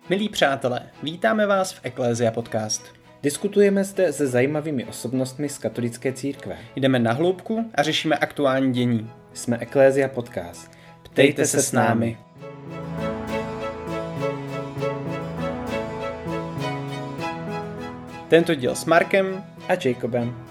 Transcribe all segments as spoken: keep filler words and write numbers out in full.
Milí přátelé, vítáme vás v Ecclesia Podcast. Diskutujeme zde se zajímavými osobnostmi z katolické církve. Jdeme na hloubku a řešíme aktuální dění. Jsme Ecclesia Podcast. Ptejte, Ptejte se s námi. Tento díl s Markem a Jacobem.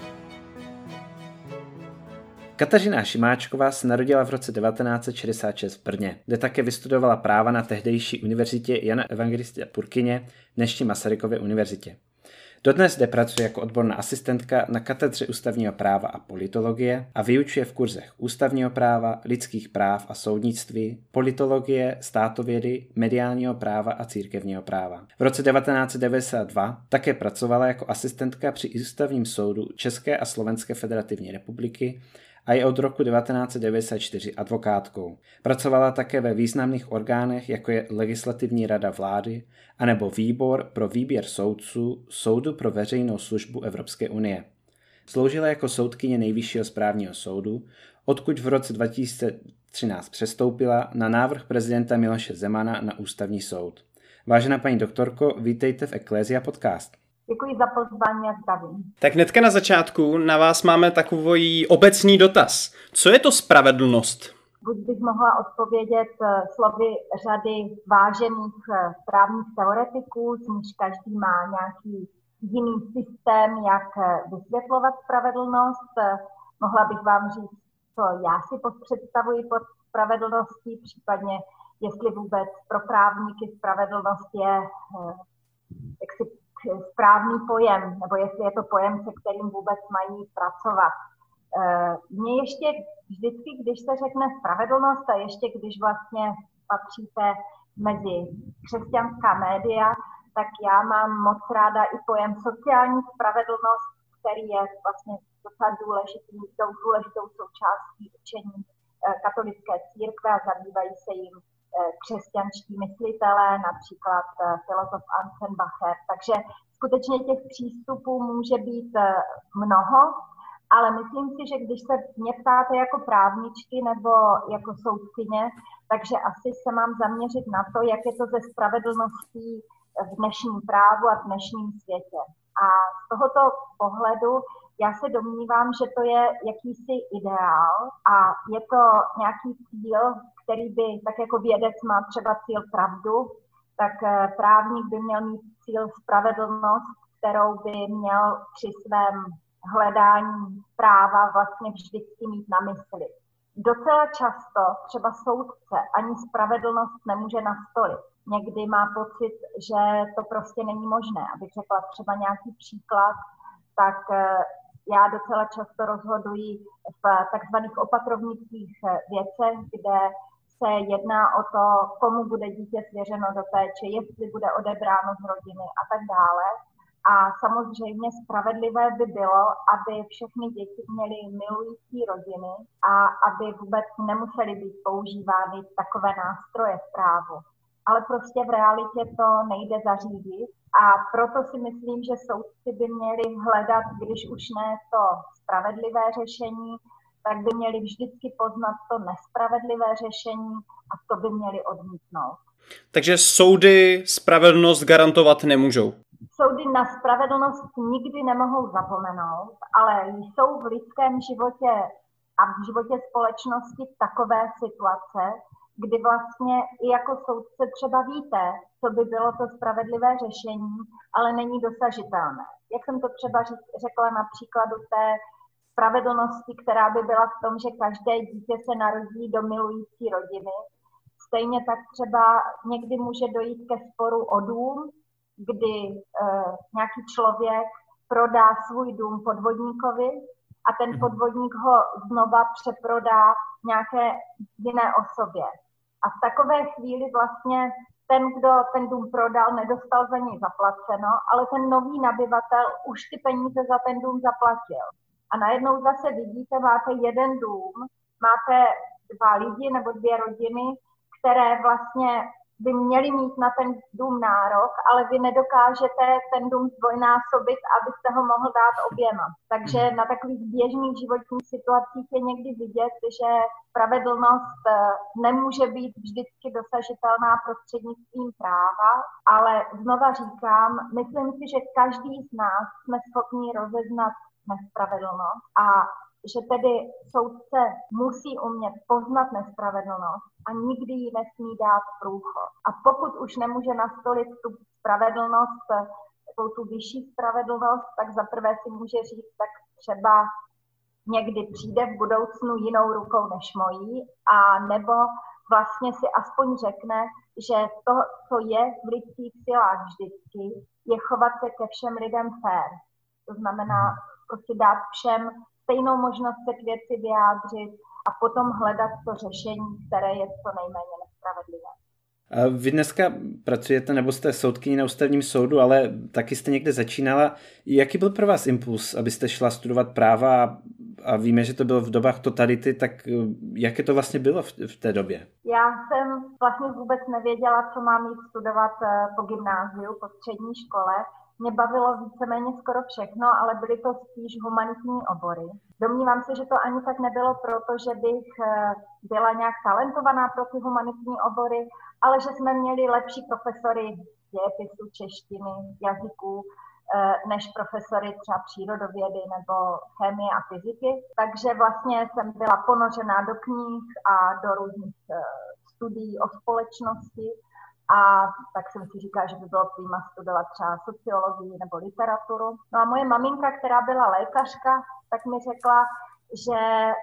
Kateřina Šimáčková se narodila v roce devatenáct set šedesát šest v Brně, kde také vystudovala práva na tehdejší univerzitě Jana Evangelisty Purkyně, dnešní Masarykově univerzitě. Dodnes zde pracuje jako odborná asistentka na katedře ústavního práva a politologie a vyučuje v kurzech ústavního práva, lidských práv a soudnictví, politologie, státovědy, mediálního práva a církevního práva. V roce devatenáct set devadesát dva také pracovala jako asistentka při ústavním soudu České a Slovenské federativní republiky a je od roku devatenáct set devadesát čtyři advokátkou. Pracovala také ve významných orgánech, jako je Legislativní rada vlády anebo Výbor pro výběr soudců Soudu pro veřejnou službu Evropské unie. Sloužila jako soudkyně Nejvyššího správního soudu, odkud v roce dva tisíce třináct přestoupila na návrh prezidenta Miloše Zemana na ústavní soud. Vážená paní doktorko, vítejte v Ecclesia Podcast. Děkuji za pozvání a zdravím. Tak hnedka na začátku na vás máme takový obecný dotaz. Co je to spravedlnost? Buď bych mohla odpovědět slovy řady vážených právních teoretiků, z níž každý má nějaký jiný systém, jak vysvětlovat spravedlnost. Mohla bych vám říct, co já si představuji pod spravedlností, případně jestli vůbec pro právníky spravedlnost je jaksi správný pojem, nebo jestli je to pojem, se kterým vůbec mají pracovat. Mně ještě vždycky, když se řekne spravedlnost a ještě když vlastně patříte mezi křesťanská média, tak já mám moc ráda i pojem sociální spravedlnost, který je vlastně docela důležitý, důležitou součástí učení katolické církve a zabývají se jim křesťanští myslitelé, například filozof Anselm Bacher. Takže skutečně těch přístupů může být mnoho, ale myslím si, že když se mě ptáte jako právničky nebo jako soudkyně, takže asi se mám zaměřit na to, jak je to ze spravedlností v dnešním právu a v dnešním světě. A z tohoto pohledu já se domnívám, že to je jakýsi ideál a je to nějaký cíl, který by, tak jako vědec má třeba cíl pravdu, tak právník by měl mít cíl spravedlnost, kterou by měl při svém hledání práva vlastně vždycky mít na mysli. Docela často třeba soudce ani spravedlnost nemůže nastolit. Někdy má pocit, že to prostě není možné. Abych řekla třeba nějaký příklad, tak já docela často rozhoduji v takzvaných opatrovnických věcech, kde se jedná o to, komu bude dítě svěřeno do péče, jestli bude odebráno z rodiny a tak dále. A samozřejmě spravedlivé by bylo, aby všechny děti měly milující rodiny a aby vůbec nemusely být používány takové nástroje v právu. Ale prostě v realitě to nejde zařídit a proto si myslím, že soudci by měli hledat, když už ne to spravedlivé řešení, tak by měli vždycky poznat to nespravedlivé řešení a to by měli odmítnout. Takže soudy spravedlnost garantovat nemůžou? Soudy na spravedlnost nikdy nemohou zapomenout, ale jsou v lidském životě a v životě společnosti takové situace, kdy vlastně i jako soudce třeba víte, co by bylo to spravedlivé řešení, ale není dosažitelné. Jak jsem to třeba řekla na příkladu té spravedlnosti, která by byla v tom, že každé dítě se narodí do milující rodiny. Stejně tak třeba někdy může dojít ke sporu o dům, kdy e, nějaký člověk prodá svůj dům podvodníkovi a ten podvodník ho znova přeprodá nějaké jiné osobě. A v takové chvíli vlastně ten, kdo ten dům prodal, nedostal za něj zaplaceno, ale ten nový nabyvatel už ty peníze za ten dům zaplatil. A najednou zase vidíte, máte jeden dům, máte dva lidi nebo dvě rodiny, které vlastně by měli mít na ten dům nárok, ale vy nedokážete ten dům zdvojnásobit, abyste ho mohl dát oběma. Takže na takových běžných životních situacích je někdy vidět, že spravedlnost nemůže být vždycky dosažitelná prostřednictvím práva, ale znova říkám, myslím si, že každý z nás jsme schopni rozeznat nespravedlnost a že tedy soudce musí umět poznat nespravedlnost a nikdy ji nesmí dát průchod. A pokud už nemůže nastolit tu spravedlnost, takovou tu vyšší spravedlnost, tak zaprvé si může říct, tak třeba někdy přijde v budoucnu jinou rukou než mojí, a nebo vlastně si aspoň řekne, že to, co je v lidských silách vždycky, je chovat se ke všem lidem fér. To znamená prostě dát všem stejnou možnost se k věci vyjádřit a potom hledat to řešení, které je co nejméně nespravedlivé. Vy dneska pracujete, nebo jste soudkyní na ústavním soudu, ale taky jste někde začínala. Jaký byl pro vás impuls, abyste šla studovat práva a víme, že to bylo v dobách totality, tak jaké to vlastně bylo v, v té době? Já jsem vlastně vůbec nevěděla, co mám jít studovat po gymnáziu, po střední škole. Mě bavilo víceméně skoro všechno, ale byly to spíš humanitní obory. Domnívám se, že to ani tak nebylo proto, že bych byla nějak talentovaná pro ty humanitní obory, ale že jsme měli lepší profesory dějepisu, češtiny, jazyků, než profesory třeba přírodovědy nebo chemie a fyziky. Takže vlastně jsem byla ponořená do knih a do různých studií o společnosti. A tak jsem si říkala, že by bylo prima studovat třeba sociologii nebo literaturu. No a moje maminka, která byla lékařka, tak mi řekla, že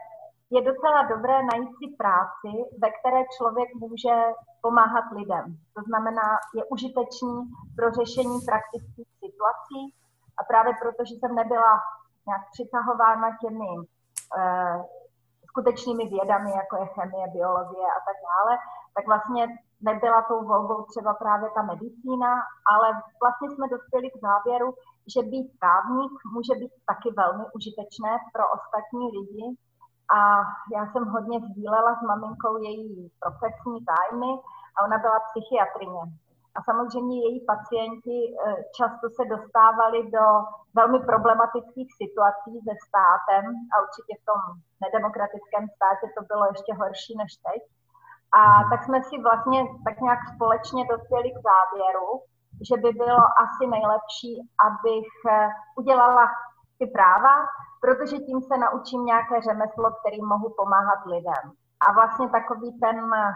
je docela dobré najít si práci, ve které člověk může pomáhat lidem. To znamená, je užitečný pro řešení praktických situací a právě proto, že jsem nebyla nějak přitahována těmi eh, skutečnými vědami, jako je chemie, biologie a tak dále, tak vlastně nebyla tou volbou třeba právě ta medicína, ale vlastně jsme dospěli k závěru, že být právník může být taky velmi užitečné pro ostatní lidi. A já jsem hodně sdílela s maminkou její profesní zájmy a ona byla psychiatrině. A samozřejmě její pacienti často se dostávali do velmi problematických situací se státem a určitě v tom nedemokratickém státě to bylo ještě horší než teď. A tak jsme si vlastně tak nějak společně dospěli k závěru, že by bylo asi nejlepší, abych udělala ty práva, protože tím se naučím nějaké řemeslo, kterým mohu pomáhat lidem. A vlastně takový ten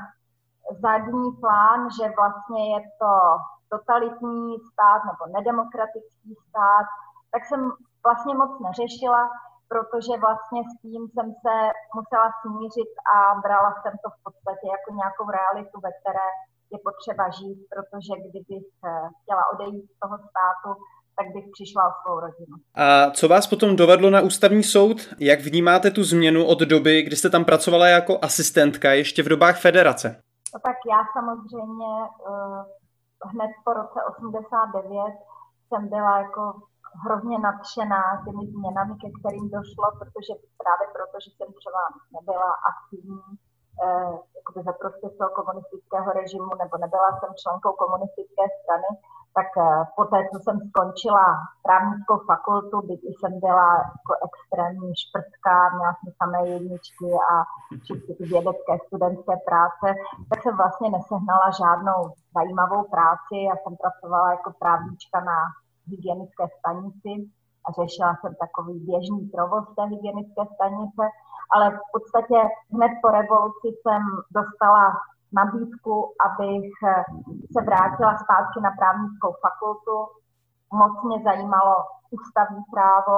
zadní plán, že vlastně je to totalitní stát nebo nedemokratický stát, tak jsem vlastně moc neřešila, protože vlastně s tím jsem se musela smířit a brala jsem to v podstatě jako nějakou realitu, ve které je potřeba žít, protože kdybych chtěla odejít z toho státu, tak bych přišla o svou rodinu. A co vás potom dovedlo na ústavní soud? Jak vnímáte tu změnu od doby, kdy jste tam pracovala jako asistentka ještě v dobách federace? No tak já samozřejmě uh, hned po roce osmdesát devět jsem byla jako hrozně nadšená těmi změnami, ke kterým došlo, protože právě proto, že jsem třeba nebyla aktivní eh, jakoby ve prospěch toho komunistického režimu, nebo nebyla jsem členkou komunistické strany, tak eh, poté, co jsem skončila právnickou fakultu, byť jsem byla jako extrémní šprtka, měla jsem samé jedničky a všechny ty vědecké studentské práce, tak jsem vlastně nesehnala žádnou zajímavou práci. Já jsem pracovala jako právnička na hygienické stanici a řešila jsem takový běžný provoz té hygienické stanice, ale v podstatě hned po revoluci jsem dostala nabídku, abych se vrátila zpátky na právnickou fakultu. Moc mě zajímalo ústavní právo,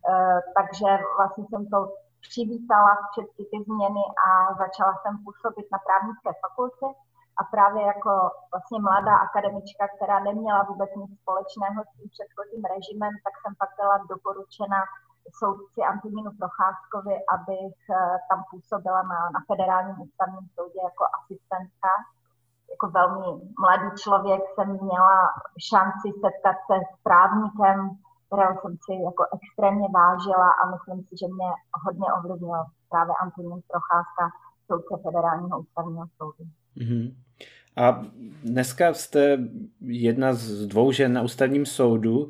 takže vlastně jsem to přivítala všechny ty změny a začala jsem působit na právnické fakultě. A právě jako vlastně mladá akademička, která neměla vůbec nic společného s tím předchozím režimem, tak jsem pak byla doporučena soudci Antonínu Procházkovi, abych tam působila na, na federálním ústavním soudě jako asistentka. Jako velmi mladý člověk jsem měla šanci setkat se s právníkem, kterého jsem si jako extrémně vážila a myslím si, že mě hodně ovlivnil právě Antonín Procházka, soudce federálního ústavního soudu. Mm-hmm. A dneska jste jedna z dvou žen na ústavním soudu.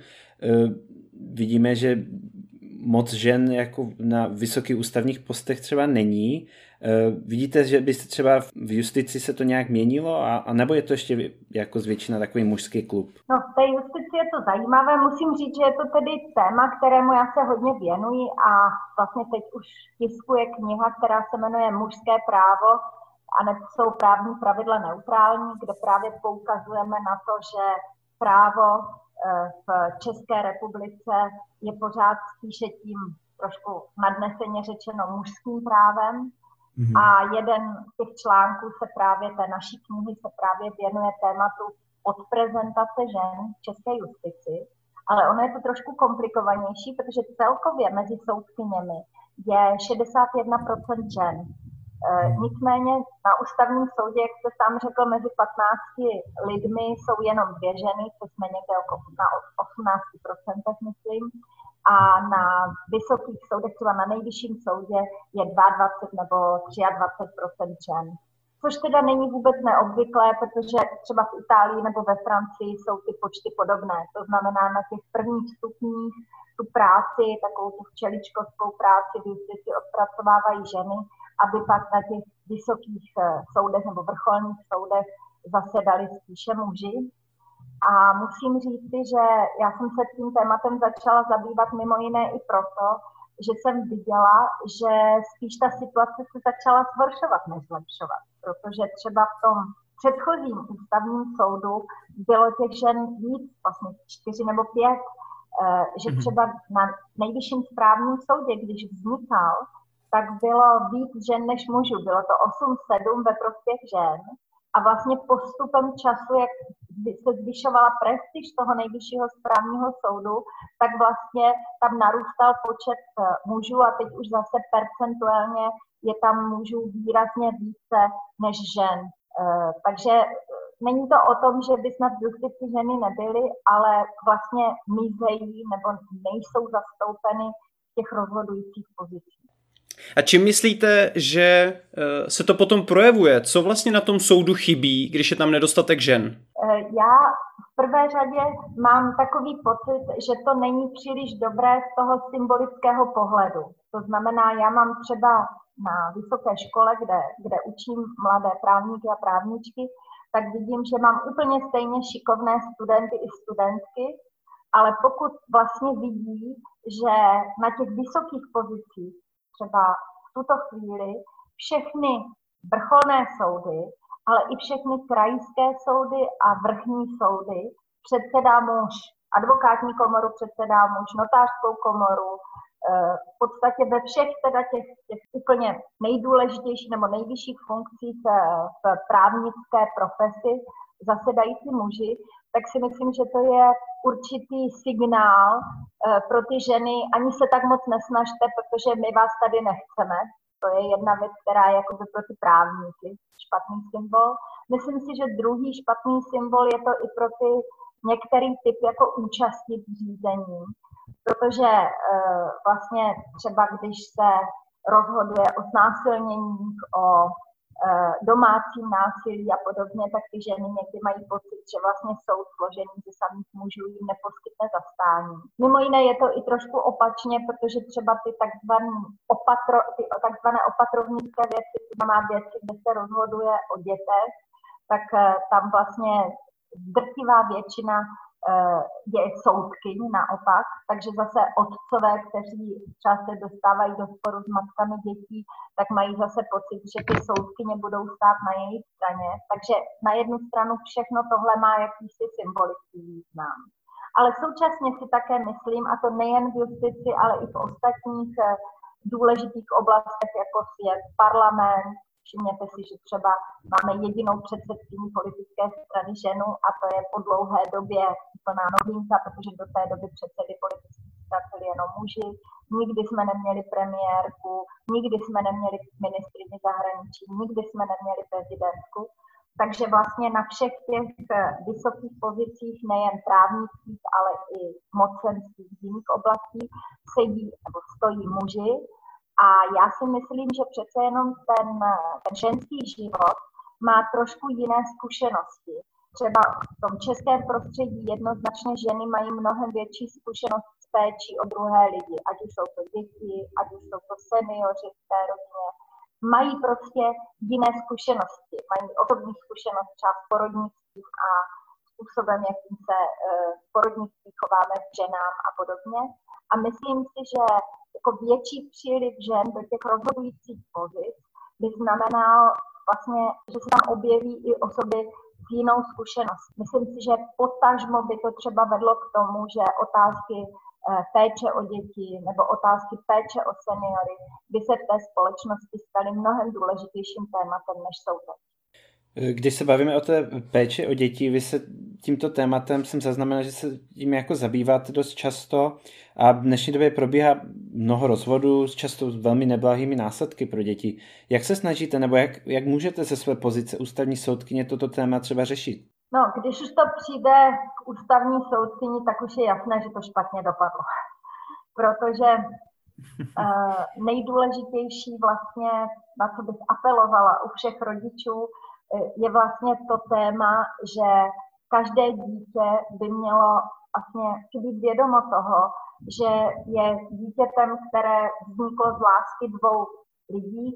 Vidíme, že moc žen jako na vysokých ústavních postech třeba není. Vidíte, že byste třeba v justici se to nějak měnilo, a, a nebo je to ještě jako zvětšina takový mužský klub? No, v té justici je to zajímavé. Musím říct, že je to tedy téma, kterému já se hodně věnuji, a vlastně teď už tiskuje kniha, která se jmenuje Mužské právo a ne jsou právní pravidla neutrální, kde právě poukazujeme na to, že právo v České republice je pořád spíše tím trošku nadneseně řečeno mužským právem. Mm-hmm. A jeden z těch článků se právě, té naší knihy se právě věnuje tématu odprezentace žen v české justici. Ale ono je to trošku komplikovanější, protože celkově mezi soudkyněmi je šedesát jedna procent žen. E, nicméně na ústavním soudě, jak jste sám řekl, mezi patnácti lidmi jsou jenom dvě ženy, co jsme někde na osmnáct procent, myslím. A na vysokých soudech, třeba na nejvyšším soudě, je dvacet dva nebo dvacet tři procent žen. Což teda není vůbec neobvyklé, protože třeba v Itálii nebo ve Francii jsou ty počty podobné. To znamená, na těch prvních stupních tu práci, takovou tu včeličkovskou práci v justici odpracovávají ženy, aby pak na těch vysokých soudech nebo vrcholných soudech zasedali spíše muži. A musím říct, že já jsem se tím tématem začala zabývat mimo jiné i proto, že jsem viděla, že spíš ta situace se začala zhoršovat než zlepšovat. Protože třeba v tom předchozím ústavním soudu bylo těch žen víc, vlastně čtyři nebo pět, že třeba na nejvyšším správním soudě, když vznikal, tak bylo víc žen než mužů. Bylo to osm sedm ve prospěch žen. A vlastně postupem času, jak se zvyšovala prestiž toho nejvyššího správního soudu, tak vlastně tam narůstal počet mužů a teď už zase percentuálně je tam mužů výrazně více než žen. Takže není to o tom, že by snad v justici ženy nebyly, ale vlastně mizejí nebo nejsou zastoupeny v těch rozhodujících pozicích. A čím myslíte, že se to potom projevuje? Co vlastně na tom soudu chybí, když je tam nedostatek žen? Já v prvé řadě mám takový pocit, že to není příliš dobré z toho symbolického pohledu. To znamená, já mám třeba na vysoké škole, kde, kde učím mladé právníky a právničky, tak vidím, že mám úplně stejně šikovné studenty i studentky, ale pokud vlastně vidí, že na těch vysokých pozicích třeba v tuto chvíli všechny vrcholné soudy, ale i všechny krajské soudy a vrchní soudy předsedá muž. Advokátní komoru předsedá muž, notářskou komoru. V podstatě ve všech teda těch, těch úplně nejdůležitějších nebo nejvyšších funkcích v právnické profesi zasedají ty muži, tak si myslím, že to je určitý signál pro ty ženy, ani se tak moc nesnažte, protože my vás tady nechceme. To je jedna věc, která je jako pro ty právníky špatný symbol. Myslím si, že druhý špatný symbol je to i pro ty některý typ jako účasti v řízení, protože e, vlastně třeba když se rozhoduje o znásilněních, o e, domácím násilí a podobně, tak ty ženy někdy mají pocit, že vlastně soud složený ze samých mužů jim neposkytne zastání. Mimo jiné je to i trošku opačně, protože třeba ty takzvané opatro, ty takzvané opatrovnické věci, to znamená věci, kde se rozhoduje o dětech, tak e, tam vlastně drtivá většina je soudkyň naopak, takže zase otcové, kteří třeba se dostávají do sporu s matkami dětí, tak mají zase pocit, že ty soudkyně budou stát na jejich straně. Takže na jednu stranu všechno tohle má jakýsi symbolický význam. Ale současně si také myslím, a to nejen v justici, ale i v ostatních důležitých oblastech, jako je parlament. Všimněte si, že třeba máme jedinou předsedkyni politické strany ženu a to je po dlouhé době plná novinka, protože do té doby předsedy politických stran byli jenom muži. Nikdy jsme neměli premiérku, nikdy jsme neměli ministryni zahraničí, nikdy jsme neměli prezidentku. Takže vlastně na všech těch vysokých pozicích, nejen právnických, ale i mocenských z jiných oblastí, sedí nebo stojí muži. A já si myslím, že přece jenom ten, ten ženský život má trošku jiné zkušenosti. Třeba v tom českém prostředí jednoznačně ženy mají mnohem větší zkušenost s péčí o druhé lidi, ať už jsou to děti, ať už jsou to seniori v té rodině. Mají prostě jiné zkušenosti, mají osobní zkušenost třeba s porodnictvím a způsobem, jakým se v porodnictví chováme k ženám a podobně. A myslím si, že jako větší příliv žen do těch rozhodujících pozic by znamenal vlastně, že se tam objeví i osoby s jinou zkušeností. Myslím si, že potažmo by to třeba vedlo k tomu, že otázky péče o děti nebo otázky péče o seniory by se v té společnosti staly mnohem důležitějším tématem, než jsou teď. Když se bavíme o té péči o děti, vy se tímto tématem jsem zaznamenal, že se tím jako zabýváte dost často a v dnešní době probíhá mnoho rozvodů s často velmi neblahými následky pro děti. Jak se snažíte nebo jak, jak můžete ze své pozice ústavní soudkyně toto téma třeba řešit? No, když už to přijde k ústavní soudkyni, tak už je jasné, že to špatně dopadlo. Protože uh, nejdůležitější vlastně, na co bych apelovala u všech rodičů, je vlastně to téma, že každé dítě by mělo vlastně si být vědomo toho, že je dítětem, které vzniklo z lásky dvou lidí,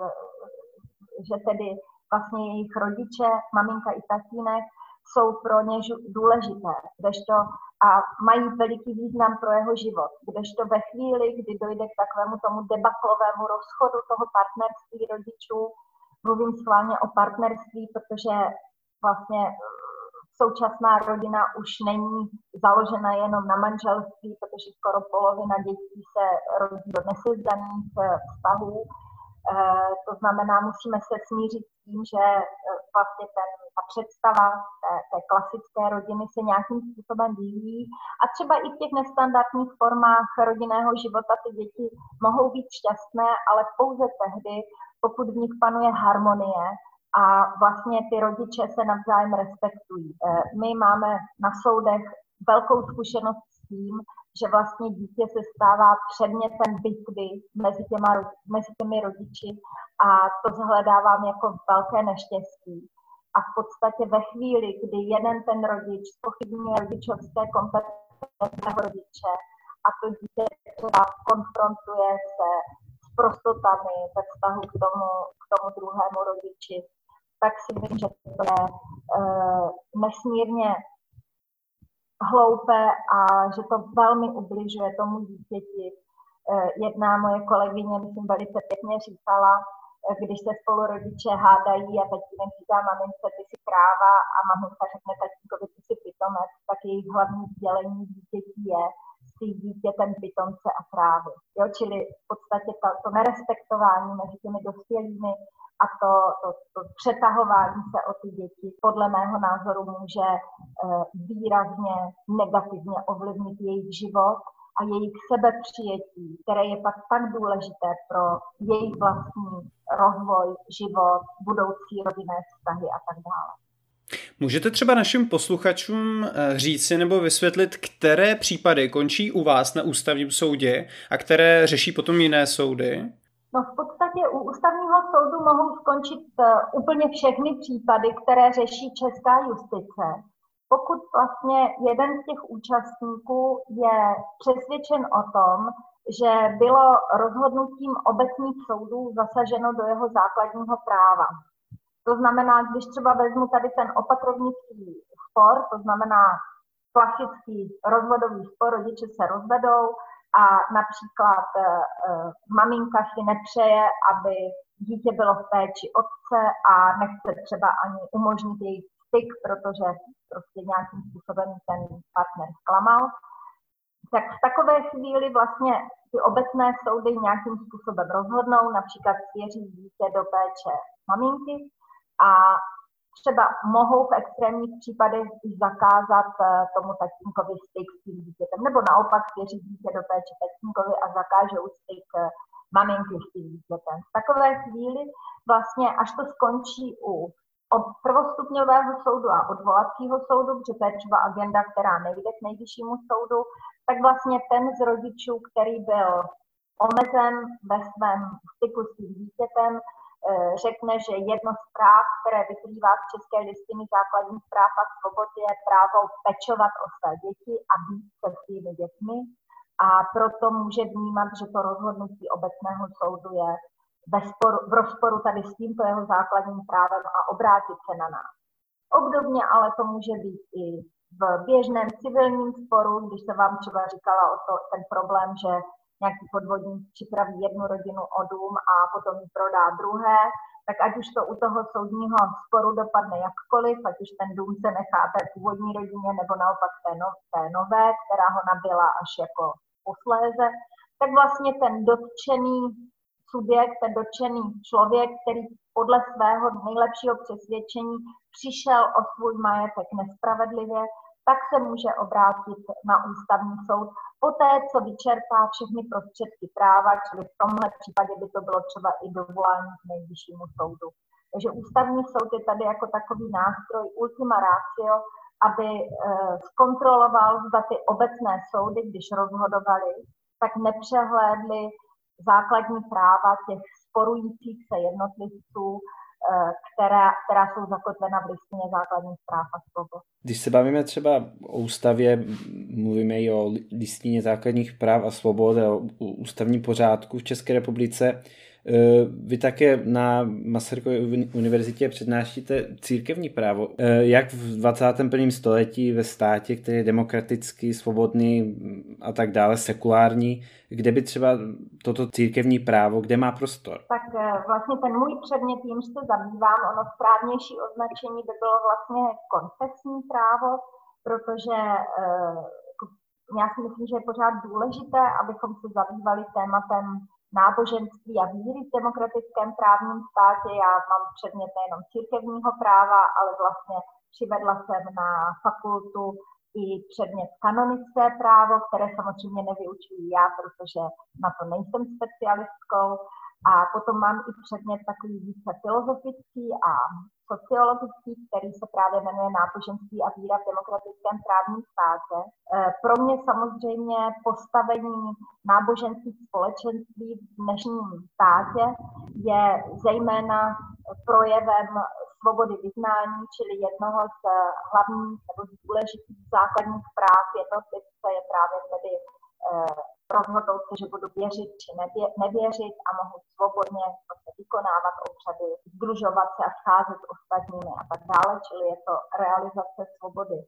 že tedy vlastně jejich rodiče, maminka i tatínek, jsou pro ně důležité, kdežto a mají veliký význam pro jeho život. Kdežto ve chvíli, kdy dojde k takovému tomu debaklovému rozchodu toho partnerství rodičů, mluvím schválně o partnerství, protože vlastně současná rodina už není založena jenom na manželství, protože skoro polovina dětí se rodí do nesezdaných vztahů. To znamená, musíme se smířit s tím, že vlastně ten, ta představa té, té klasické rodiny se nějakým způsobem vyvíjí a třeba i v těch nestandardních formách rodinného života ty děti mohou být šťastné, ale pouze tehdy, pokud v nich panuje harmonie a vlastně ty rodiče se navzájem respektují. My máme na soudech velkou zkušenost s tím, že vlastně dítě se stává předmětem bitvy mezi, těma, mezi těmi rodiči a to zhledávám jako velké neštěstí. A v podstatě ve chvíli, kdy jeden ten rodič zpochybňuje rodičovské kompetence rodiče a to dítě třeba konfrontuje se s prostotami ve vztahu k tomu, k tomu druhému rodiči, tak si myslím, že to je e, nesmírně hloupé a že to velmi ubližuje tomu dítěti. Jedna moje kolegyně, myslím, velice pěkně říkala, když se spolu rodiče hádají a tatínek říká mamince, ty jsi kráva a maminka řekne tatínkovi, ty jsi pitomec, tak jejich hlavní sdělení dítěti je si dítětem pitomce a krávy. Jo, čili v podstatě to, to nerespektování mezi těmi dospělými a to, to, to přetahování se o ty děti podle mého názoru může e, výrazně negativně ovlivnit jejich život a jejich sebepřijetí, které je pak tak důležité pro jejich vlastní rozvoj, život, budoucí rodinné vztahy a tak dále. Můžete třeba našim posluchačům říci nebo vysvětlit, které případy končí u vás na ústavním soudě a které řeší potom jiné soudy? No v podstatě u ústavního soudu mohou skončit úplně všechny případy, které řeší česká justice. Pokud vlastně jeden z těch účastníků je přesvědčen o tom, že bylo rozhodnutím obecných soudů zasaženo do jeho základního práva. To znamená, když třeba vezmu tady ten opatrovnický spor, to znamená klasický rozvodový spor, rodiče se rozvedou a například e, maminka si nepřeje, aby dítě bylo v péči otce a nechce třeba ani umožnit jejich styk, protože prostě nějakým způsobem ten partner zklamal. Tak v takové chvíli vlastně ty obecné soudy nějakým způsobem rozhodnou, například svěří dítě do péče maminky a třeba mohou v extrémních případech zakázat tomu tatínkovi styk s tím dítětem, nebo naopak svěří dítě do péče tatínkovi a zakážou styk maminky s tím dítětem. V takové chvíli vlastně, až to skončí u od prvostupňového soudu a odvolacího soudu, protože to je třeba agenda, která nejde k nejvyššímu soudu, tak vlastně ten z rodičů, který byl omezen ve svém styku s tím dítětem, řekne, že jedno z práv, které vyplývá z České listiny základních práv a svobod, je právo pečovat o své děti a být se svými dětmi. A proto může vnímat, že to rozhodnutí obecného soudu je ve sporu, v rozporu tady s tímto jeho základním právem a obrátit se na nás. Obdobně ale to může být i v běžném civilním sporu, když se vám třeba říkala o to, ten problém, že nějaký podvodník připraví jednu rodinu o dům a potom ji prodá druhé, tak ať už to u toho soudního sporu dopadne jakkoliv, ať už ten dům se nechá té původní rodině nebo naopak té, no, té nové, která ho nabyla až jako posléze, tak vlastně ten dotčený subjekt, ten dotčený člověk, který podle svého nejlepšího přesvědčení přišel o svůj majetek nespravedlivě, tak se může obrátit na ústavní soud poté, co vyčerpá všechny prostředky práva, čili v tomhle případě by to bylo třeba i dovolání k nejvyššímu soudu. Takže ústavní soud je tady jako takový nástroj ultima ratio, aby e, zkontroloval, zda ty obecné soudy, když rozhodovaly, tak nepřehlédly základní práva těch sporujících se jednotlivců, Která, která jsou zakotvena v listině základních práv a svobod. Když se bavíme třeba o ústavě, mluvíme i o listině základních práv a svobod a o ústavním pořádku v České republice. Vy také na Masarykově univerzitě přednášíte církevní právo. Jak v dvacátém prvním století ve státě, který je demokratický, svobodný a tak dále, sekulární, kde by třeba toto církevní právo, kde má prostor? Tak vlastně ten můj předmět, jimž se zabývám, ono správnější označení by bylo vlastně konfesní právo, protože já si myslím, že je pořád důležité, abychom se zabývali tématem náboženství a víry v demokratickém právním státě. Já mám předmět nejenom církevního práva, ale vlastně přivedla jsem na fakultu i předmět kanonické právo, které samozřejmě nevyučuji já, protože na to nejsem specialistkou. A potom mám i předmět takový více filozofický a sociologický, který se právě jmenuje náboženství a víra v demokratickém právním státě. Pro mě samozřejmě postavení náboženských společenství v dnešním státě je zejména projevem svobody vyznání, čili jednoho z hlavních nebo z důležitých základních práv jednotlivce je právě tedy rozhodnout se, že budu věřit či nevěřit a mohu svobodně vykonávat obřady, sdružovat se a scházet s ostatními a tak dále, čili je to realizace svobody.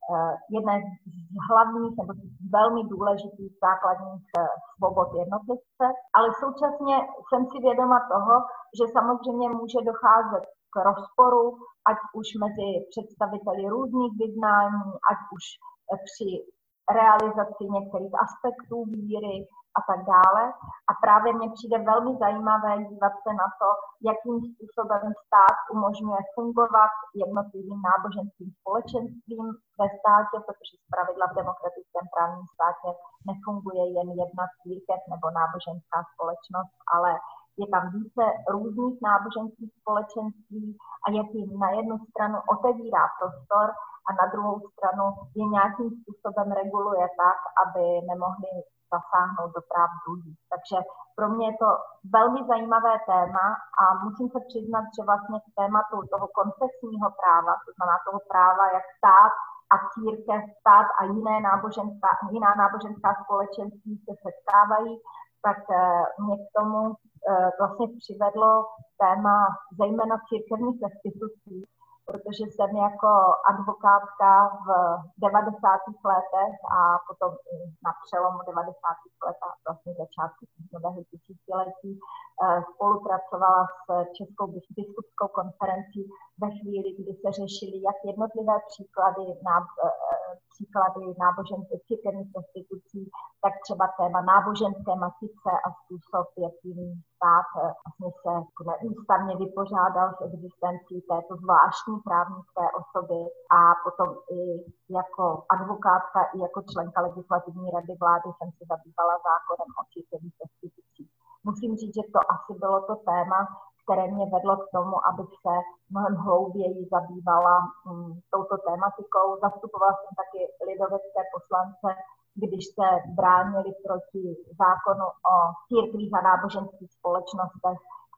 Jedné z hlavních nebo z velmi důležitých základních svobod jednotlivce, ale současně jsem si vědoma toho, že samozřejmě může docházet k rozporu, ať už mezi představiteli různých vyznání, ať už při realizaci některých aspektů víry a tak dále. A právě mně přijde velmi zajímavé dívat se na to, jakým způsobem stát umožňuje fungovat jednotlivým náboženským společenstvím ve státě, protože zpravidla v demokratickém právním státě nefunguje jen jedna církev nebo náboženská společnost, ale je tam více různých náboženských společenství a jak jim na jednu stranu otevírá prostor a na druhou stranu je nějakým způsobem reguluje tak, aby nemohli zasáhnout do práv druhých. Takže pro mě je to velmi zajímavé téma a musím se přiznat, že vlastně k tématu toho konfesního práva, to znamená toho práva, jak stát a církev, stát a jiné náboženská, jiná náboženská společenství se setkávají, tak mě k tomu vlastně přivedlo téma zejména církevních restitucí, protože jsem jako advokátka v devadesátých letech a potom i na přelomu devadesátých let a vlastně začátku nového tisíciletí spolupracovala s Českou biskupskou konferencí ve chvíli, kdy se řešily jak jednotlivé příklady, ná, příklady náboženských církevních restitucí, tak třeba téma náboženské matice a způsob, jakým stát vlastně se neústavně vypořádal s existencí této zvláštní právnické osoby a potom i jako advokátka, i jako členka legislativní rady vlády jsem se zabývala zákonem o církevních restitucích. Musím říct, že to asi bylo to téma, které mě vedlo k tomu, abych se mnohem hlouběji zabývala hm, touto tématikou. Zastupovala jsem taky lidovecké poslance, když se bránili proti zákonu o církvích a náboženských společnostech,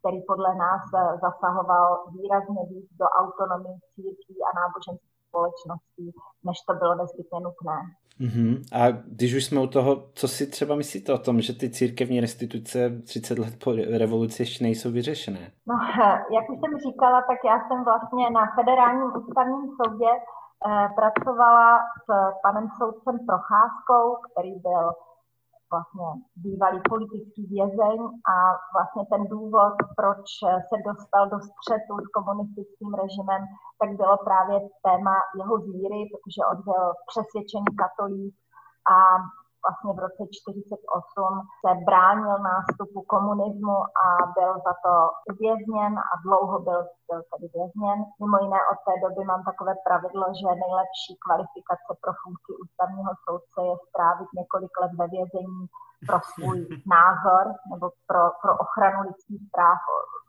který podle nás zasahoval výrazně víc do autonomie církví a náboženských společností, než to bylo nezbytně nutné. Uhum. A když už jsme u toho, co si třeba myslíte o tom, že ty církevní restituce třicet let po revoluci ještě nejsou vyřešené? No, jak už jsem říkala, tak já jsem vlastně na Federálním ústavním soudě eh, pracovala s panem soudcem Procházkou, který byl vlastně bývalý politický vězeň a vlastně ten důvod, proč se dostal do střetu s komunistickým režimem, tak bylo právě téma jeho víry, protože on byl přesvědčený katolík a vlastně v roce čtyřicet osm se bránil nástupu komunismu a byl za to uvězněn a dlouho byl, byl tady vězněn. Mimo jiné od té doby mám takové pravidlo, že nejlepší kvalifikace pro funkci ústavního soudce je strávit několik let ve vězení pro svůj názor nebo pro, pro ochranu lidských práv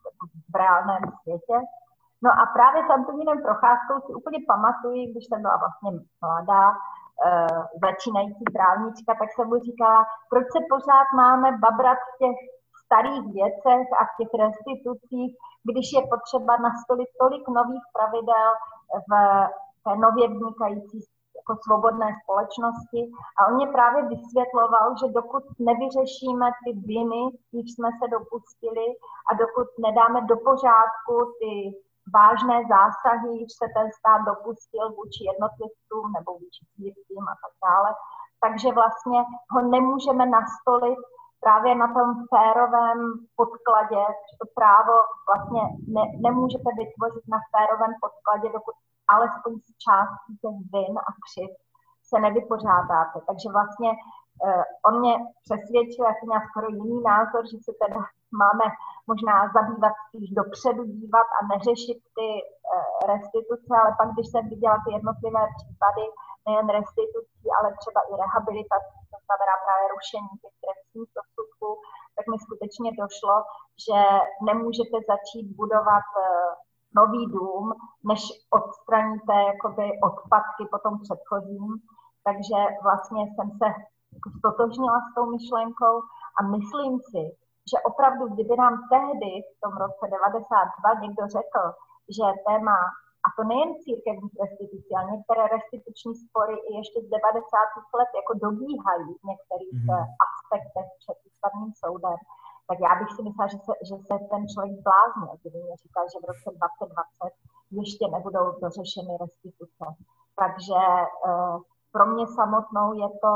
v reálném světě. No a právě s Antonínem Procházkou si úplně pamatuji, když jsem byla vlastně mladá, Uh, začínající právnička, tak jsem mu říkala, proč se pořád máme babrat v těch starých věcech a v těch restitucích, když je potřeba nastolit tolik nových pravidel v té nově vznikající jako svobodné společnosti. A on mě právě vysvětloval, že dokud nevyřešíme ty viny, když jsme se dopustili a dokud nedáme do pořádku ty vážné zásahy, když se ten stát dopustil vůči jednotlivcům nebo vůči církvím a tak dále. Takže vlastně ho nemůžeme nastolit právě na tom férovém podkladě, že to právo vlastně ne, nemůžete vytvořit na férovém podkladě, dokud alespoň z částí těch vin a křiv se nevypořádáte. Takže vlastně eh, on mě přesvědčil, já jsem měla skoro jiný názor, že se teda máme možná zabývat spíš dopředu dívat a neřešit ty e, restituce, ale pak, když jsem viděla ty jednotlivé případy, nejen restitucí, ale třeba i rehabilitací, to znamená právě rušení těch trestních rozsudků, tak mi skutečně došlo, že nemůžete začít budovat e, nový dům, než odstraníte jakoby odpadky po tom předchozím. Takže vlastně jsem se jako stotožnila s tou myšlenkou a myslím si, že opravdu, kdyby nám tehdy v tom roce devadesát dva někdo řekl, že téma, a to nejen církevních restitucí, ale některé restituční spory i ještě z devadesátých let jako dobíhají v některých mm. aspektech před ústavním soudem, tak já bych si myslela, že se, že se ten člověk zbláznil, kdyby mě říkal, že v roce dvacet dvacet ještě nebudou dořešeny restituce. Takže eh, pro mě samotnou je to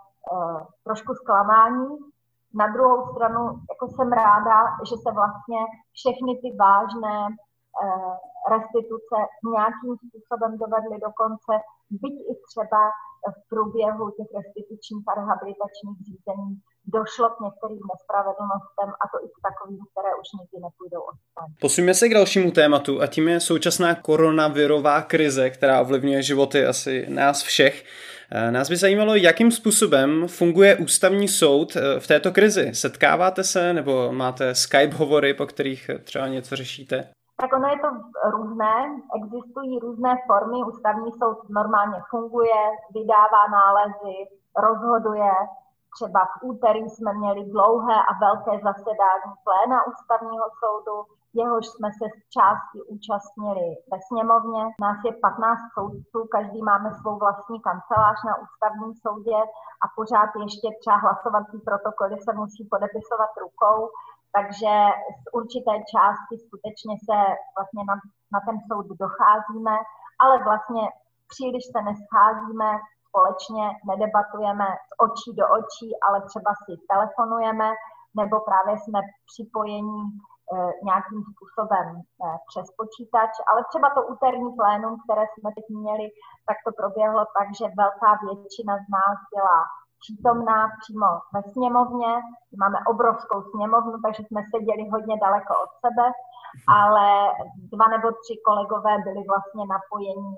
eh, trošku zklamání. Na druhou stranu jako jsem ráda, že se vlastně všechny ty vážné eh, restituce nějakým způsobem dovedly do konce, byť i třeba v průběhu těch restitučních a rehabilitačních řízení došlo k některým nespravedlnostem a to i k takovým, které už nikdy nepůjdou odstranit. Posuňme se k dalšímu tématu a tím je současná koronavirová krize, která ovlivňuje životy asi nás všech. Nás by zajímalo, jakým způsobem funguje ústavní soud v této krizi. Setkáváte se nebo máte Skype hovory, po kterých třeba něco řešíte? Tak ono je to různé, existují různé formy, ústavní soud normálně funguje, vydává nálezy, rozhoduje. Třeba v úterý jsme měli dlouhé a velké zasedání pléna ústavního soudu, jehož jsme se z části účastnili ve sněmovně. Nás je patnáct soudců, každý máme svou vlastní kancelář na ústavním soudě a pořád ještě třeba hlasovací protokoly se musí podepisovat rukou, takže z určité části skutečně se vlastně na, na ten soud docházíme, ale vlastně příliš se nescházíme, společně nedebatujeme z očí do očí, ale třeba si telefonujeme, nebo právě jsme připojení e, nějakým způsobem e, přes počítač, ale třeba to úterní plénum, které jsme teď měli, tak to proběhlo tak, že velká většina z nás byla přítomná přímo ve sněmovně. Máme obrovskou sněmovnu, takže jsme seděli hodně daleko od sebe, ale dva nebo tři kolegové byli vlastně napojení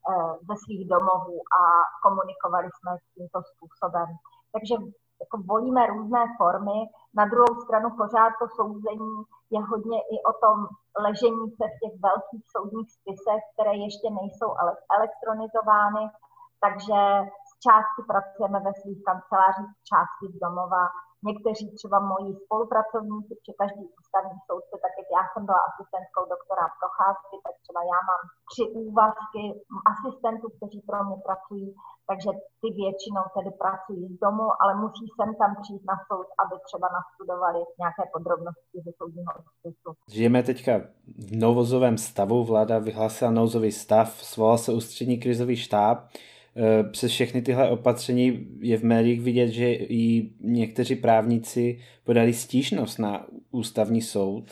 ze svých domovů a komunikovali jsme tímto způsobem. Takže jako volíme různé formy. Na druhou stranu pořád to souzení je hodně i o tom ležení se v těch velkých soudních spisech, které ještě nejsou elektronizovány, takže z části pracujeme ve svých kancelářích, z části z domova. někteří třeba moji spolupracovníci, protože každý ústavní soudce, tak jak já jsem byla asistentkou doktora Procházky, tak třeba já mám tři úvazky asistentů, kteří pro mě pracují, takže ty většinou tedy pracují z domu, ale musí sem tam přijít na soud, aby třeba nastudovali nějaké podrobnosti ze soudního spisu. Žijeme teďka v novozovém stavu, vláda vyhlásila nouzový stav, svolal se ústřední krizový štáb. Přes všechny tyhle opatření je v médiích vidět, že i někteří právníci podali stížnost na ústavní soud,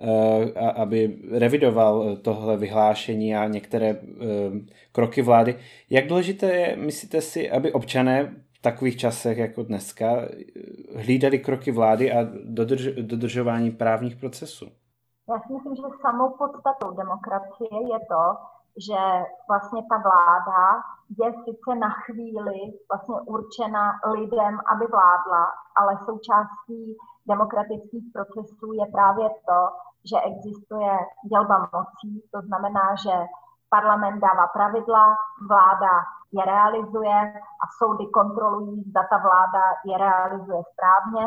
aby revidoval tohle vyhlášení a některé kroky vlády. Jak důležité je, myslíte si, aby občané v takových časech jako dneska hlídali kroky vlády a dodrž, dodržování právních procesů? Já si myslím, že samou podstatou demokracie je to, že vlastně ta vláda je sice na chvíli vlastně určena lidem, aby vládla, ale součástí demokratických procesů je právě to, že existuje dělba mocí, to znamená, že parlament dává pravidla, vláda je realizuje a soudy kontrolují, zda ta vláda je realizuje správně.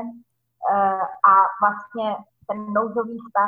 A vlastně ten nouzový stav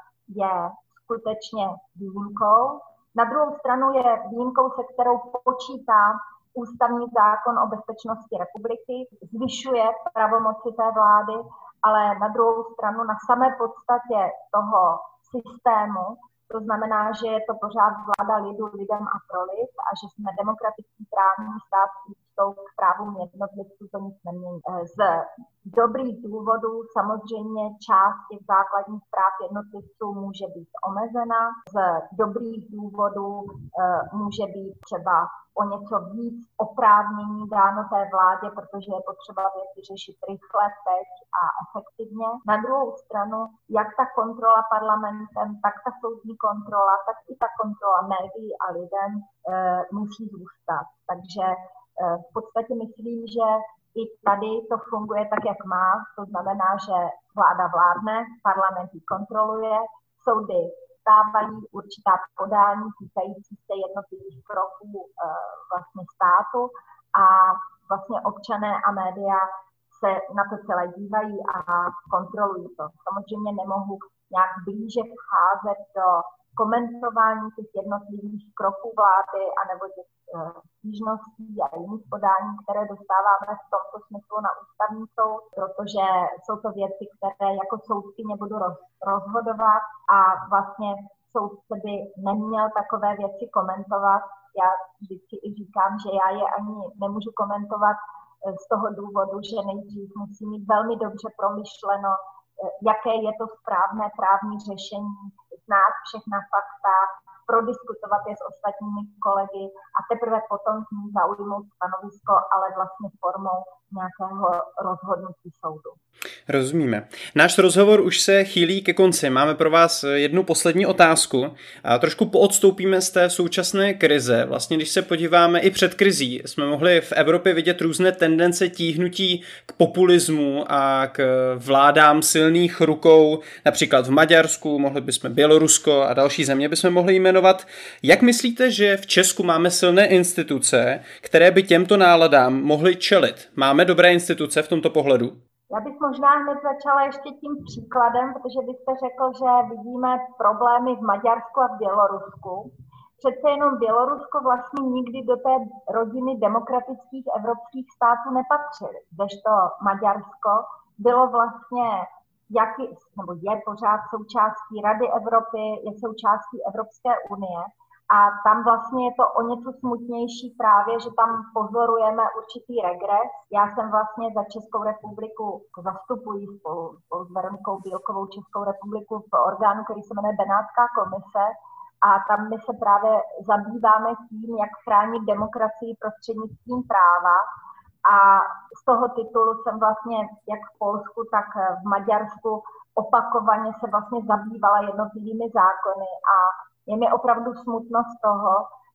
je skutečně výjimkou. Na druhou stranu je výjimkou, se kterou počítá ústavní zákon o bezpečnosti republiky, zvyšuje pravomoci té vlády, ale na druhou stranu na samé podstatě toho systému, to znamená, že je to pořád vláda lidu, lidem a pro lid a že jsme demokratický právní stát úctou k právům jednotlivců, to nic nemění. Z dobrých důvodů samozřejmě část těch základních práv jednotlivců může být omezena, z dobrých důvodů e, může být třeba o něco víc oprávnění dáno té vládě, protože je potřeba věci řešit rychle, teď a efektivně. Na druhou stranu, jak ta kontrola parlamentem, tak ta soudní kontrola, tak i ta kontrola médií a lidem e, musí zůstat. Takže e, v podstatě myslím, že i tady to funguje tak, jak má. To znamená, že vláda vládne, parlament ji kontroluje, soudy stávají určitá podání týkající se jednotlivých kroků e, vlastně státu a vlastně občané a média se na to celé dívají a kontrolují to. Samozřejmě nemohu nějak blíže vcházet do komentování těch jednotlivých kroků vlády anebo těch stížností a jiných podání, které dostáváme v tomto smyslu na ústavní soud, protože jsou to věci, které jako soudkyně budu roz, rozhodovat a vlastně soudce by neměl takové věci komentovat. Já vždycky i říkám, že já je ani nemůžu komentovat z toho důvodu, že nejdřív musí mít velmi dobře promyšleno, jaké je to správné právní řešení, znát všechna fakta, prodiskutovat je s ostatními kolegy a teprve potom k ní zaujmout stanovisko, ale vlastně formou nějakého rozhodnutí soudu. Rozumíme. Náš rozhovor už se chýlí ke konci. Máme pro vás jednu poslední otázku. A trošku poodstoupíme z té současné krize. Vlastně, když se podíváme i před krizí, jsme mohli v Evropě vidět různé tendence tíhnutí k populismu a k vládám silných rukou, například v Maďarsku, mohli bychom Bělorusko a další země bychom mohli jmenovat. Jak myslíte, že v Česku máme silné instituce, které by těmto náladám mohly čelit? Máme dobré instituce v tomto pohledu? Já bych možná hned začala ještě tím příkladem, protože byste řekl, že vidíme problémy v Maďarsku a v Bělorusku. Přece jenom Bělorusko vlastně nikdy do té rodiny demokratických evropských států nepatřily. Kdežto Maďarsko bylo vlastně, jaký, nebo je pořád součástí Rady Evropy, je součástí Evropské unie. A tam vlastně je to o něco smutnější právě, že tam pozorujeme určitý regres. Já jsem vlastně za Českou republiku zastupuji spolu, spolu s Veronikou Bílkovou Českou republiku v orgánu, který se jmenuje Benátská komise. A tam my se právě zabýváme tím, jak chránit demokracii prostřednictvím práva. A z toho titulu jsem vlastně jak v Polsku, tak v Maďarsku opakovaně se vlastně zabývala jednotlivými zákony a je mi opravdu smutno z toho,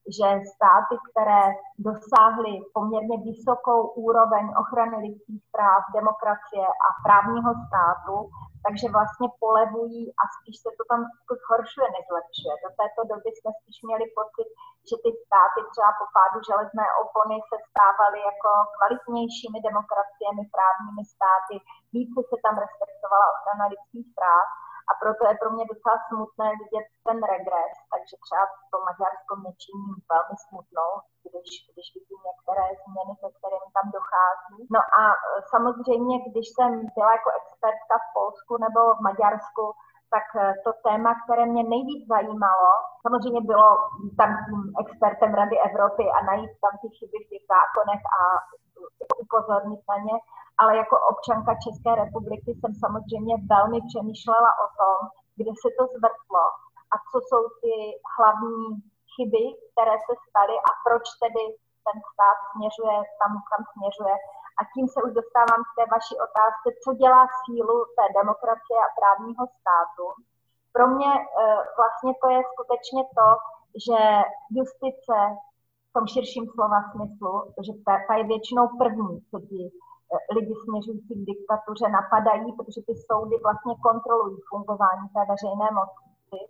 že státy, které dosáhly poměrně vysokou úroveň ochrany lidských práv, demokracie a právního státu, takže vlastně polevují a spíš se to tam zhoršuje, nezlepšuje. Do této doby jsme spíš měli pocit, že ty státy třeba po pádu železné opony se stávaly jako kvalitnějšími demokraciemi, právními státy, více se tam respektovala ochrana lidských práv. A proto je pro mě docela smutné vidět ten regres, takže třeba to Maďarsko mě činí velmi smutnou, když, když vidím některé změny, ke kterým tam dochází. No a samozřejmě, když jsem byla jako expertka v Polsku nebo v Maďarsku, tak to téma, které mě nejvíc zajímalo, samozřejmě bylo tam tím expertem Rady Evropy a najít tam ty chyby v těch zákonech a upozornit na ně, ale jako občanka České republiky jsem samozřejmě velmi přemýšlela o tom, kde se to zvrtlo a co jsou ty hlavní chyby, které se staly a proč tedy ten stát směřuje tam, kam směřuje. A tím se už dostávám k té vaší otázce, co dělá sílu té demokracie a právního státu. Pro mě e, vlastně to je skutečně to, že justice v tom širším slova smyslu, že ta, ta je většinou první, co ti lidi směřující k diktatuře napadají, protože ty soudy vlastně kontrolují fungování té veřejné moci,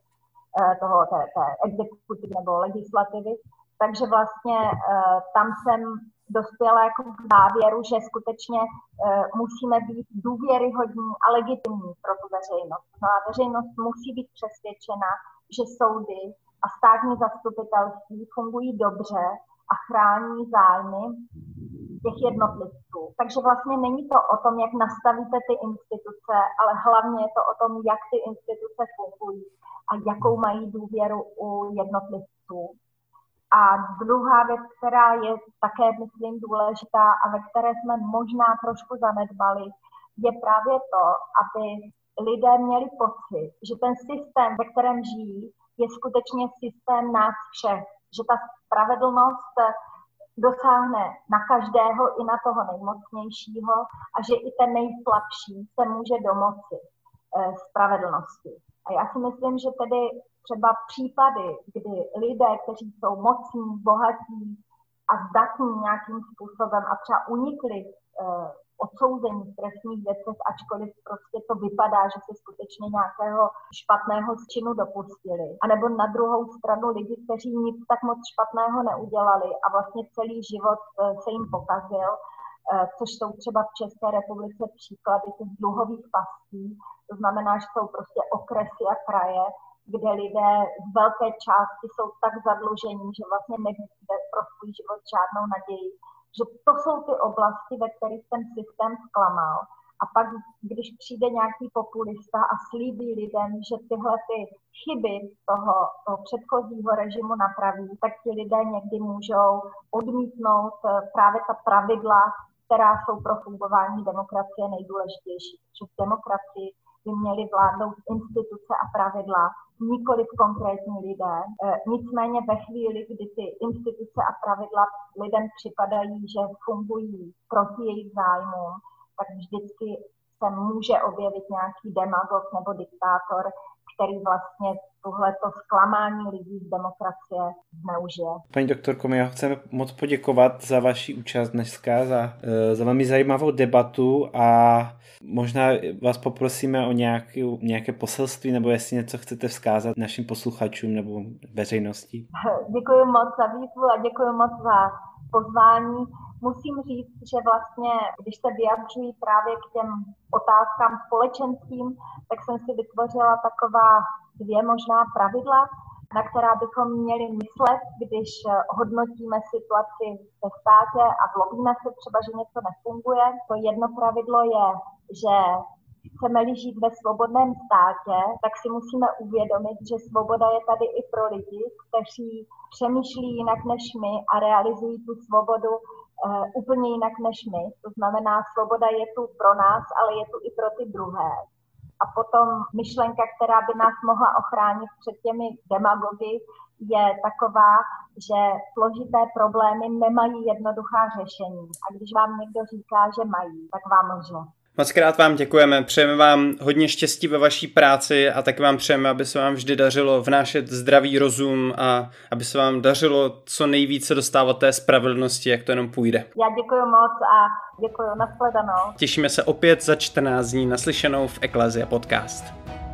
toho, té, té exekutivy nebo legislativy. Takže vlastně tam jsem dospěla jako k závěru, že skutečně musíme být důvěryhodní a legitimní pro tu veřejnost. No a veřejnost musí být přesvědčena, že soudy a státní zastupitelství fungují dobře a chrání zájmy těch jednotlivců. Takže vlastně není to o tom, jak nastavíte ty instituce, ale hlavně je to o tom, jak ty instituce fungují a jakou mají důvěru u jednotlivců. A druhá věc, která je také, myslím, důležitá a ve které jsme možná trošku zanedbali, je právě to, aby lidé měli pocit, že ten systém, ve kterém žijí, je skutečně systém nás všech, že ta spravedlnost dosáhne na každého, i na toho nejmocnějšího a že i ten nejslabší se může domoci eh, spravedlnosti. A já si myslím, že tedy třeba případy, kdy lidé, kteří jsou mocní, bohatí a zdatní nějakým způsobem a třeba unikli eh, odsouzení v trestních věcech, ačkoliv prostě to vypadá, že se skutečně nějakého špatného činu dopustili. A nebo na druhou stranu lidi, kteří nic tak moc špatného neudělali a vlastně celý život se jim pokazil, což jsou třeba v České republice příklady těch dluhových pastí. To znamená, že jsou prostě okresy a kraje, kde lidé z velké části jsou tak zadlužení, že vlastně nevidí pro svůj život žádnou naději. Že to jsou ty oblasti, ve kterých ten systém zklamal. A pak, když přijde nějaký populista a slíbí lidem, že tyhle ty chyby toho, toho předchozího režimu napraví, tak ti lidé někdy můžou odmítnout právě ta pravidla, která jsou pro fungování demokracie nejdůležitější. Protože v demokracii by měly vládnout instituce a pravidla, nikoliv konkrétní lidé. E, nicméně ve chvíli, kdy ty instituce a pravidla lidem připadají, že fungují proti jejich zájmům, tak vždycky se může objevit nějaký demagog nebo diktátor, který vlastně tohleto zklamání lidí z demokracie zneužije. Paní doktorko, my chceme moc poděkovat za vaši účast dneska, za, za velmi zajímavou debatu a možná vás poprosíme o nějaké, nějaké poselství, nebo jestli něco chcete vzkázat našim posluchačům nebo veřejnosti. Děkuji moc za výzvu a děkuji moc za pozvání. Musím říct, že vlastně, když se vyjadřují právě k těm otázkám společenským, tak jsem si vytvořila taková dvě možná pravidla, na která bychom měli myslet, když hodnotíme situaci ve státě a zlobíme se třeba, že něco nefunguje. To jedno pravidlo je, že chceme-li žít ve svobodném státě, tak si musíme uvědomit, že svoboda je tady i pro lidi, kteří přemýšlí jinak než my a realizují tu svobodu uh, úplně jinak než my. To znamená, svoboda je tu pro nás, ale je tu i pro ty druhé. A potom myšlenka, která by nás mohla ochránit před těmi demagogy, je taková, že složité problémy nemají jednoduchá řešení. A když vám někdo říká, že mají, tak vám lže. Moc krát vám děkujeme, přejeme vám hodně štěstí ve vaší práci a tak vám přejeme, aby se vám vždy dařilo vnášet zdravý rozum a aby se vám dařilo co nejvíce dostávat té spravedlnosti, jak to jenom půjde. Já děkuji moc a děkuji, nashledanou. Těšíme se opět za čtrnáct dní naslyšenou v Ecclesia Podcast.